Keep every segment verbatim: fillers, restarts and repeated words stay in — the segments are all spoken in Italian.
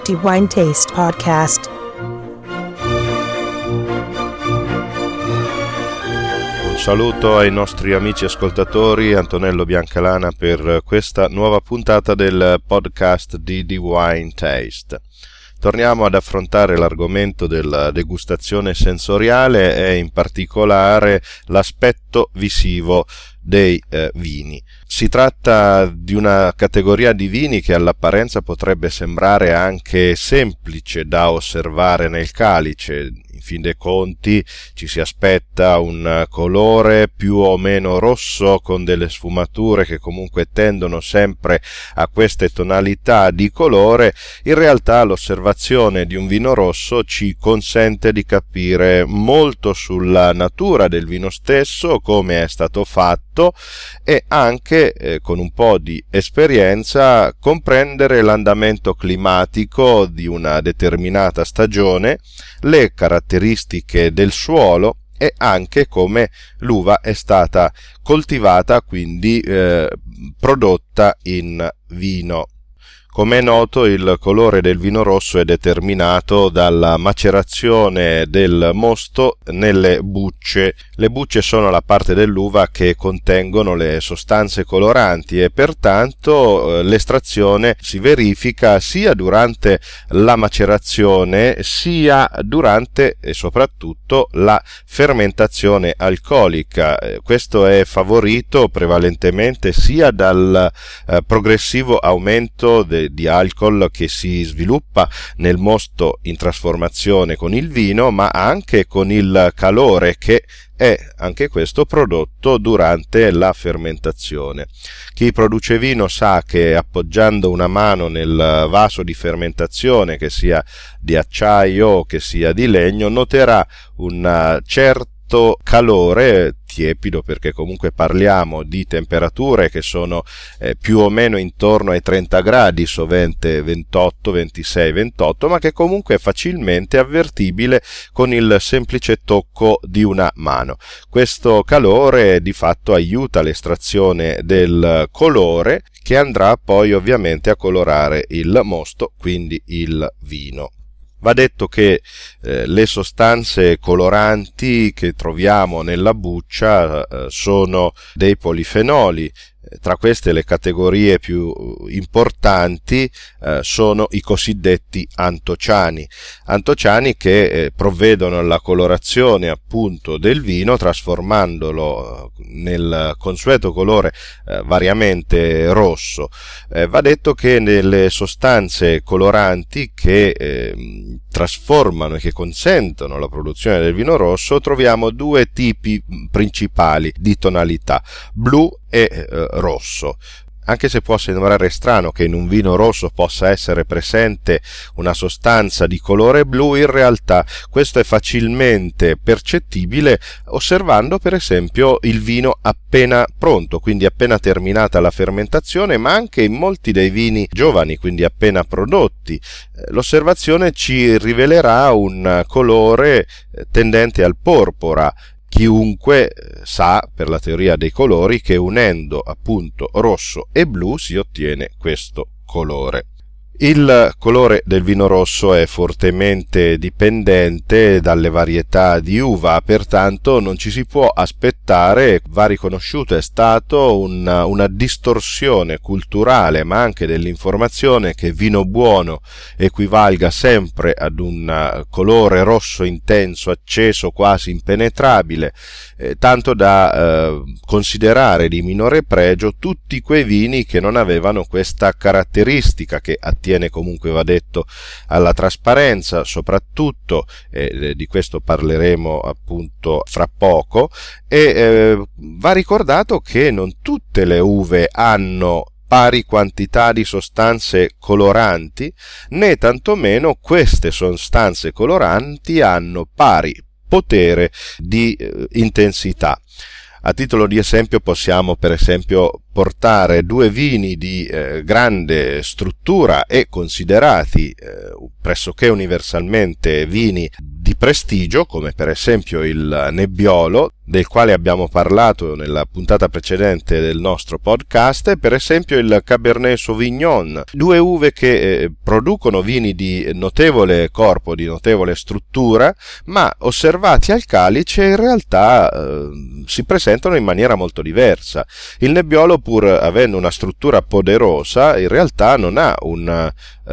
D-Wine Taste Podcast. Un saluto ai nostri amici ascoltatori, Antonello Biancalana per questa nuova puntata del podcast di D-Wine Taste. Torniamo ad affrontare l'argomento della degustazione sensoriale e in particolare l'aspetto visivo dei eh, vini. Si tratta di una categoria di vini che all'apparenza potrebbe sembrare anche semplice da osservare nel calice. In fin dei conti ci si aspetta un colore più o meno rosso con delle sfumature che comunque tendono sempre a queste tonalità di colore. In realtà l'osservazione di un vino rosso ci consente di capire molto sulla natura del vino stesso, come è stato fatto, e anche eh, con un po' di esperienza comprendere l'andamento climatico di una determinata stagione, le caratteristiche del suolo e anche come l'uva è stata coltivata, quindi eh, prodotta in vino. Come è noto, il colore del vino rosso è determinato dalla macerazione del mosto nelle bucce. Le bucce sono la parte dell'uva che contengono le sostanze coloranti e pertanto l'estrazione si verifica sia durante la macerazione sia durante e soprattutto la fermentazione alcolica. Questo è favorito prevalentemente sia dal eh, progressivo aumento de di alcol che si sviluppa nel mosto in trasformazione con il vino, ma anche con il calore che è anche questo prodotto durante la fermentazione. Chi produce vino sa che appoggiando una mano nel vaso di fermentazione, che sia di acciaio o che sia di legno, noterà un certo calore tiepido, perché comunque parliamo di temperature che sono eh, più o meno intorno ai trenta gradi, sovente ventotto, ventisei, ventotto, ma che comunque è facilmente avvertibile con il semplice tocco di una mano. Questo calore di fatto aiuta l'estrazione del colore che andrà poi ovviamente a colorare il mosto, quindi il vino. Va detto che eh, le sostanze coloranti che troviamo nella buccia eh, sono dei polifenoli. Tra queste le categorie più importanti eh, sono i cosiddetti antociani, antociani che eh, provvedono alla colorazione appunto del vino, trasformandolo nel consueto colore eh, variamente rosso. Eh, va detto che nelle sostanze coloranti che eh, trasformano e che consentono la produzione del vino rosso troviamo due tipi principali di tonalità: blu e eh, rosso. Anche se può sembrare strano che in un vino rosso possa essere presente una sostanza di colore blu, in realtà questo è facilmente percettibile osservando per esempio il vino appena pronto, quindi appena terminata la fermentazione, ma anche in molti dei vini giovani, quindi appena prodotti. L'osservazione ci rivelerà un colore tendente al porpora. Chiunque sa, per la teoria dei colori, che unendo appunto rosso e blu si ottiene questo colore. Il colore del vino rosso è fortemente dipendente dalle varietà di uva, pertanto non ci si può aspettare, va riconosciuto è stato una, una distorsione culturale ma anche dell'informazione che vino buono equivalga sempre ad un colore rosso intenso, acceso, quasi impenetrabile, eh, tanto da eh, considerare di minore pregio tutti quei vini che non avevano questa caratteristica, che attiene comunque, va detto, alla trasparenza soprattutto, eh, di questo parleremo appunto fra poco, e eh, va ricordato che non tutte le uve hanno pari quantità di sostanze coloranti, né tantomeno queste sostanze coloranti hanno pari potere di eh, intensità. A titolo di esempio possiamo per esempio portare due vini di eh, grande struttura e considerati eh, pressoché universalmente vini di prestigio, come per esempio il Nebbiolo, del quale abbiamo parlato nella puntata precedente del nostro podcast è per esempio il Cabernet Sauvignon, due uve che eh, producono vini di notevole corpo, di notevole struttura, ma osservati al calice in realtà eh, si presentano in maniera molto diversa. Il Nebbiolo, pur avendo una struttura poderosa, in realtà non ha un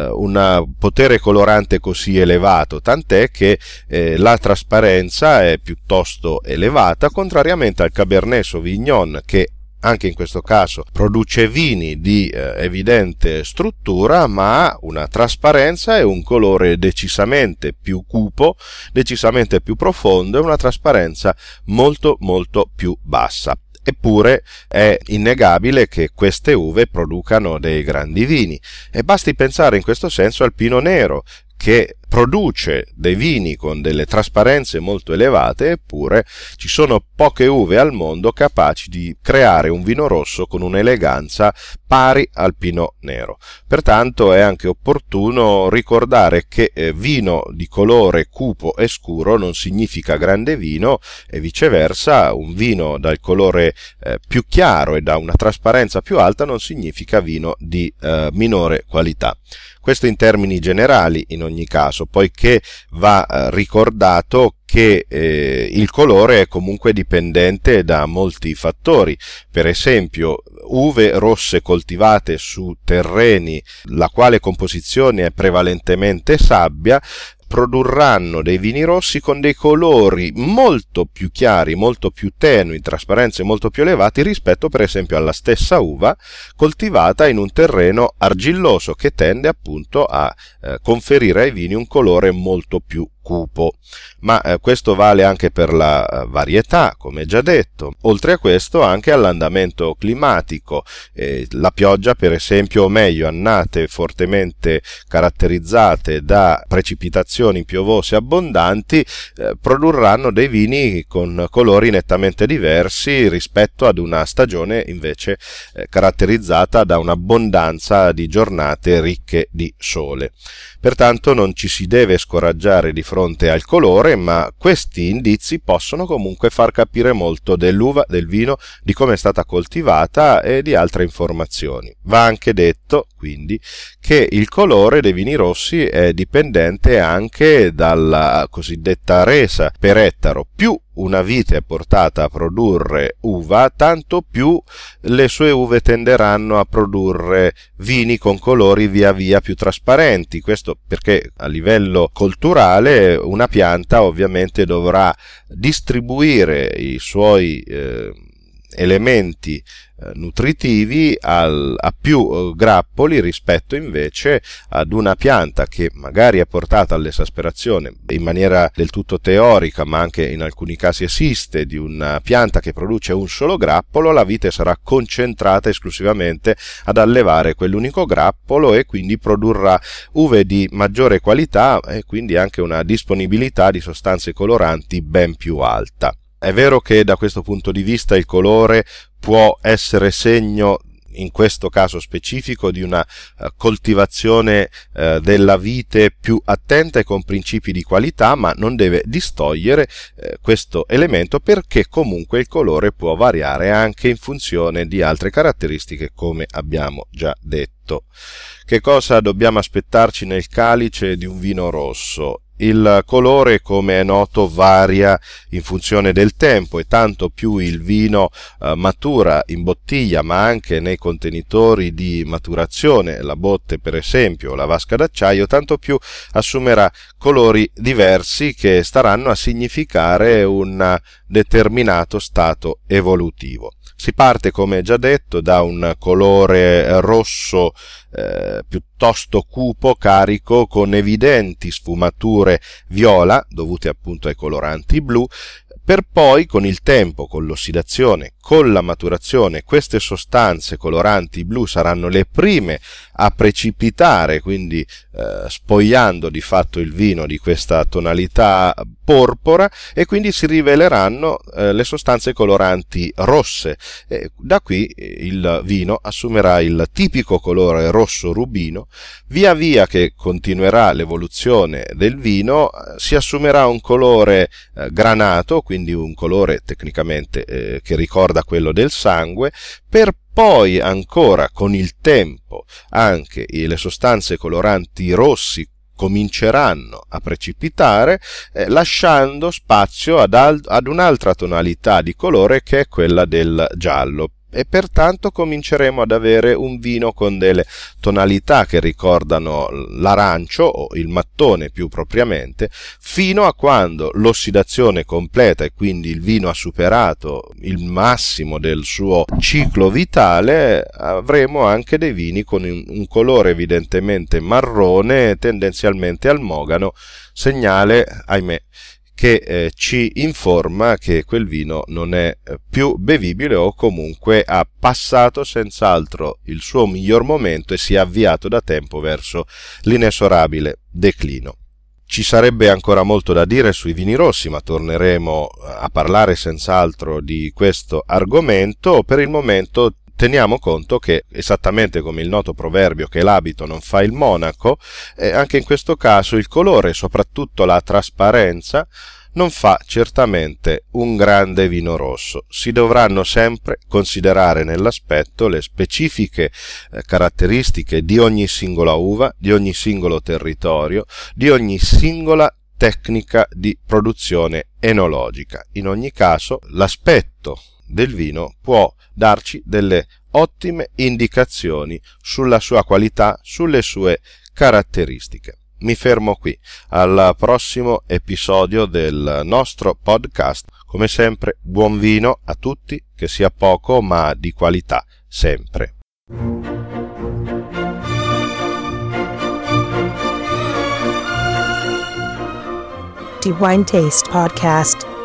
un potere colorante così elevato, tant'è che eh, la trasparenza è piuttosto elevata, contrariamente al Cabernet Sauvignon, che anche in questo caso produce vini di eh, evidente struttura, ma ha una trasparenza e un colore decisamente più cupo, decisamente più profondo e una trasparenza molto molto più bassa. Eppure è innegabile che queste uve producano dei grandi vini, e basti pensare in questo senso al Pinot Nero, che produce dei vini con delle trasparenze molto elevate, eppure ci sono poche uve al mondo capaci di creare un vino rosso con un'eleganza pari al Pinot Nero. Pertanto è anche opportuno ricordare che eh, vino di colore cupo e scuro non significa grande vino, e viceversa un vino dal colore eh, più chiaro e da una trasparenza più alta non significa vino di eh, minore qualità. Questo in termini generali in ogni caso, poiché va eh, ricordato che eh, il colore è comunque dipendente da molti fattori. Per esempio, uve rosse coltivate su terreni la quale composizione è prevalentemente sabbia produrranno dei vini rossi con dei colori molto più chiari, molto più tenui, trasparenze molto più elevati rispetto per esempio alla stessa uva coltivata in un terreno argilloso, che tende appunto a eh, conferire ai vini un colore molto più cupo. Ma eh, questo vale anche per la eh, varietà, come già detto. Oltre a questo anche all'andamento climatico. Eh, la pioggia, per esempio, o meglio annate fortemente caratterizzate da precipitazioni piovose abbondanti, eh, produrranno dei vini con colori nettamente diversi rispetto ad una stagione invece eh, caratterizzata da un'abbondanza di giornate ricche di sole. Pertanto non ci si deve scoraggiare di fronte al colore, ma questi indizi possono comunque far capire molto dell'uva, del vino, di come è stata coltivata e di altre informazioni. Va anche detto, quindi, che il colore dei vini rossi è dipendente anche dalla cosiddetta resa per ettaro. Più una vite è portata a produrre uva, tanto più le sue uve tenderanno a produrre vini con colori via via più trasparenti. Questo perché a livello colturale una pianta ovviamente dovrà distribuire i suoi eh, elementi eh, nutritivi al, a più eh, grappoli rispetto invece ad una pianta che magari è portata all'esasperazione in maniera del tutto teorica, ma anche in alcuni casi esiste, di una pianta che produce un solo grappolo. La vite sarà concentrata esclusivamente ad allevare quell'unico grappolo e quindi produrrà uve di maggiore qualità e quindi anche una disponibilità di sostanze coloranti ben più alta. È vero che da questo punto di vista il colore può essere segno, in questo caso specifico, di una uh, coltivazione uh, della vite più attenta e con principi di qualità, ma non deve distogliere uh, questo elemento, perché comunque il colore può variare anche in funzione di altre caratteristiche, come abbiamo già detto. Che cosa dobbiamo aspettarci nel calice di un vino rosso? Il colore, come è noto, varia in funzione del tempo, e tanto più il vino eh, matura in bottiglia, ma anche nei contenitori di maturazione, la botte per esempio, o la vasca d'acciaio, tanto più assumerà colori diversi che staranno a significare un determinato stato evolutivo. Si parte, come già detto, da un colore rosso eh, piuttosto cupo, carico, con evidenti sfumature viola, dovute appunto ai coloranti blu, per poi con il tempo, con l'ossidazione, con la maturazione, queste sostanze coloranti blu saranno le prime a precipitare, quindi eh, spogliando di fatto il vino di questa tonalità porpora, e quindi si riveleranno eh, le sostanze coloranti rosse. E da qui il vino assumerà il tipico colore rosso rubino. Via via che continuerà l'evoluzione del vino, vino si assumerà un colore eh, granato, quindi un colore tecnicamente eh, che ricorda quello del sangue, per poi ancora con il tempo anche le sostanze coloranti rossi cominceranno a precipitare, eh, lasciando spazio ad, al- ad un'altra tonalità di colore che è quella del giallo. E pertanto cominceremo ad avere un vino con delle tonalità che ricordano l'arancio o il mattone più propriamente, fino a quando l'ossidazione completa e quindi il vino ha superato il massimo del suo ciclo vitale, avremo anche dei vini con un colore evidentemente marrone, tendenzialmente almogano, segnale, ahimè, che eh, ci informa che quel vino non è più bevibile o comunque ha passato senz'altro il suo miglior momento e si è avviato da tempo verso l'inesorabile declino. Ci sarebbe ancora molto da dire sui vini rossi, ma torneremo a parlare senz'altro di questo argomento. Per il momento teniamo conto che, esattamente come il noto proverbio che l'abito non fa il monaco, eh, anche in questo caso il colore e soprattutto la trasparenza non fa certamente un grande vino rosso. Si dovranno sempre considerare nell'aspetto le specifiche eh, caratteristiche di ogni singola uva, di ogni singolo territorio, di ogni singola tecnica di produzione enologica. In ogni caso, l'aspetto del vino può darci delle ottime indicazioni sulla sua qualità, sulle sue caratteristiche. Mi fermo qui, al prossimo episodio del nostro podcast. Come sempre, buon vino a tutti, che sia poco ma di qualità sempre. The Wine Taste Podcast.